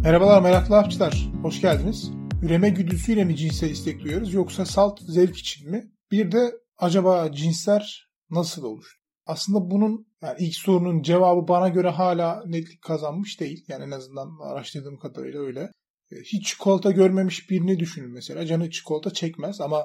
Merhabalar meraklı avcılar, hoş geldiniz. Üreme güdüsüyle mi cinsel istek duyuyoruz yoksa salt zevk için mi? Bir de acaba cinsler nasıl oluştu? Aslında bunun ilk sorunun cevabı bana göre hala netlik kazanmış değil. Yani en azından araştırdığım kadarıyla öyle. Hiç çikolata görmemiş birini düşünün mesela. Canı çikolata çekmez ama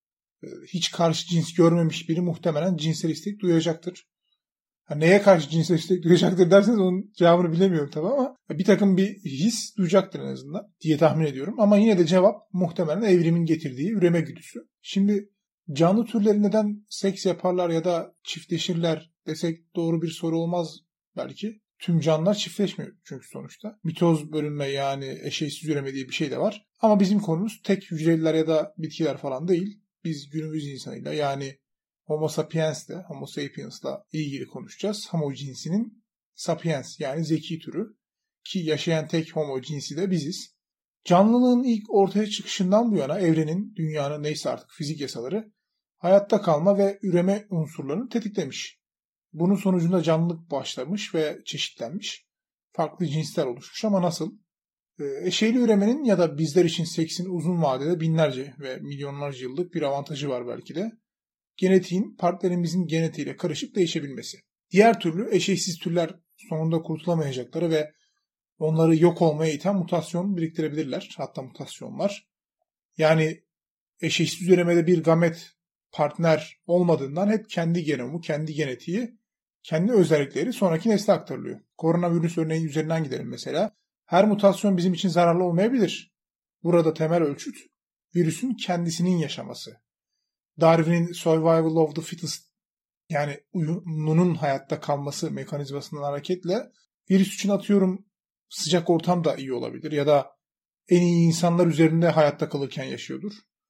hiç karşı cins görmemiş biri muhtemelen cinsel istek duyacaktır. Neye karşı cinsel istek duyacaktır derseniz onun cevabını bilemiyorum tabii ama bir takım bir his duyacaktır en azından diye tahmin ediyorum. Ama yine de cevap muhtemelen evrimin getirdiği üreme güdüsü. Şimdi canlı türleri neden seks yaparlar ya da çiftleşirler desek doğru bir soru olmaz belki. Tüm canlılar çiftleşmiyor çünkü sonuçta. Mitoz bölünme yani eşeysiz üreme diye bir şey de var. Ama bizim konumuz tek hücreliler ya da bitkiler falan değil. Biz günümüz insanıyla yani Homo sapiens'le, Homo sapiens'la ilgili konuşacağız. Homo cinsinin sapiens yani zeki türü ki yaşayan tek homo cinsi de biziz. Canlılığın ilk ortaya çıkışından bu yana evrenin, dünyanın neyse artık fizik yasaları hayatta kalma ve üreme unsurlarını tetiklemiş. Bunun sonucunda canlılık başlamış ve çeşitlenmiş. Farklı cinsler oluşmuş ama nasıl? Eşeyli üremenin ya da bizler için seksin uzun vadede binlerce ve milyonlarca yıllık bir avantajı var belki de. Genetiğin partnerimizin genetiğiyle karışıp değişebilmesi. Diğer türlü eşeğsiz türler sonunda kurtulamayacakları ve onları yok olmaya iten mutasyon biriktirebilirler. Hatta mutasyonlar. Yani eşeğsiz üremede bir gamet partner olmadığından hep kendi genomu, kendi genetiği, kendi özellikleri sonraki nesle aktarılıyor. Koronavirüs örneği üzerinden gidelim mesela. Her mutasyon bizim için zararlı olmayabilir. Burada temel ölçüt virüsün kendisinin yaşaması. Darwin'in Survival of the Fittest yani uyumlunun hayatta kalması mekanizmasından hareketle virüs için atıyorum sıcak ortam da iyi olabilir ya da en iyi insanlar üzerinde hayatta kalırken yaşıyordur.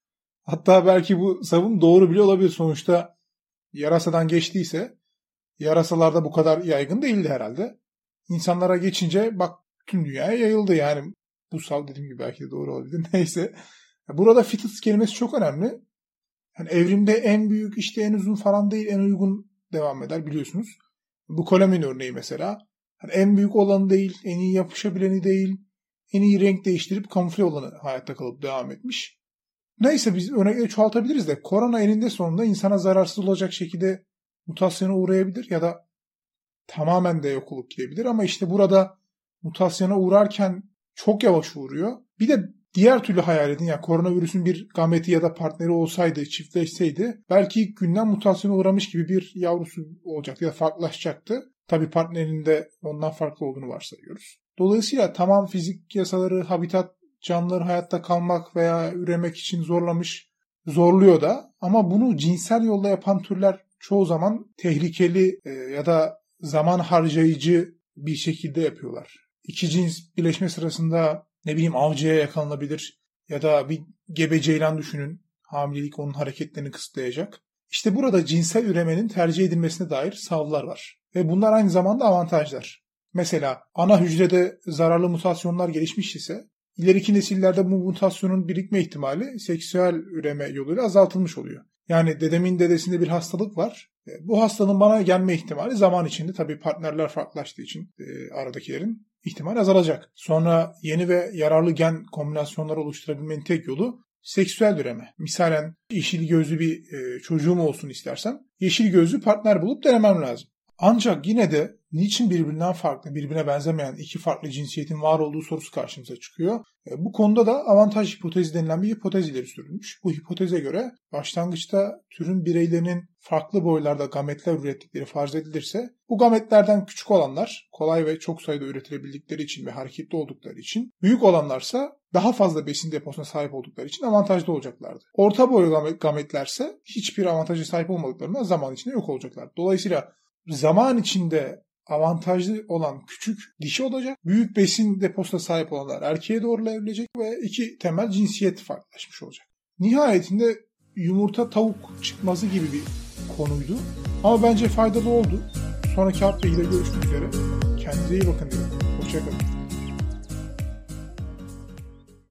Hatta belki bu savım doğru bile olabilir. Sonuçta yarasadan geçtiyse yarasalarda bu kadar yaygın değildi herhalde. İnsanlara geçince bak tüm dünyaya yayıldı yani. Bu sav dediğim gibi belki de doğru olabilir. Neyse. Burada fittest kelimesi çok önemli. Yani evrimde en büyük işte en uzun falan değil en uygun devam eder biliyorsunuz. Bu Coleman örneği mesela. Yani en büyük olanı değil, en iyi yapışabileni değil, en iyi renk değiştirip kamufle olanı hayatta kalıp devam etmiş. Neyse biz örnekleri çoğaltabiliriz de korona eninde sonunda insana zararsız olacak şekilde mutasyona uğrayabilir ya da tamamen de yok olup gidebilir. Ama işte burada mutasyona uğrarken çok yavaş uğruyor. Bir de diğer türlü hayal edin. Yani koronavirüsün bir gameti ya da partneri olsaydı, çiftleşseydi belki ilk günden mutasyona uğramış gibi bir yavrusu olacaktı ya da farklılaşacaktı. Tabii partnerinin de ondan farklı olduğunu varsayıyoruz. Dolayısıyla tamam fizik yasaları, habitat canlıları hayatta kalmak veya üremek için zorluyor da ama bunu cinsel yolla yapan türler çoğu zaman tehlikeli ya da zaman harcayıcı bir şekilde yapıyorlar. İki cins birleşme sırasında avcıya yakalanabilir ya da bir gebe ceylan düşünün. Hamilelik onun hareketlerini kısıtlayacak. İşte burada cinsel üremenin tercih edilmesine dair savlar var. Ve bunlar aynı zamanda avantajlar. Mesela ana hücrede zararlı mutasyonlar gelişmiş ise ileriki nesillerde bu mutasyonun birikme ihtimali seksüel üreme yoluyla azaltılmış oluyor. Yani dedemin dedesinde bir hastalık var. Bu hastalığın bana gelme ihtimali zaman içinde tabii partnerler farklılaştığı için aradakilerin ihtimal azalacak. Sonra yeni ve yararlı gen kombinasyonları oluşturabilmenin tek yolu seksüel üreme. Misalen yeşil gözlü bir çocuğum olsun istersem yeşil gözlü partner bulup denemem lazım. Ancak yine de niçin birbirinden farklı, birbirine benzemeyen iki farklı cinsiyetin var olduğu sorusu karşımıza çıkıyor. Bu konuda da avantaj hipotezi denilen bir hipotez ileri sürülmüş. Bu hipoteze göre başlangıçta türün bireylerinin farklı boylarda gametler ürettikleri farz edilirse bu gametlerden küçük olanlar kolay ve çok sayıda üretilebildikleri için ve hareketli oldukları için büyük olanlarsa daha fazla besin deposuna sahip oldukları için avantajlı olacaklardı. Orta boy gametlerse hiçbir avantaja sahip olmadıklarından zaman içinde yok olacaklar. Dolayısıyla zaman içinde avantajlı olan küçük dişi olacak. Büyük besin deposuna sahip olanlar erkeğe doğru evrilecek ve iki temel cinsiyet farklılaşmış olacak. Nihayetinde yumurta tavuk çıkması gibi bir konuydu. Ama bence faydalı oldu. Sonraki hafta ile görüşmek üzere. Kendinize iyi bakın diyorum. Hoşçakalın.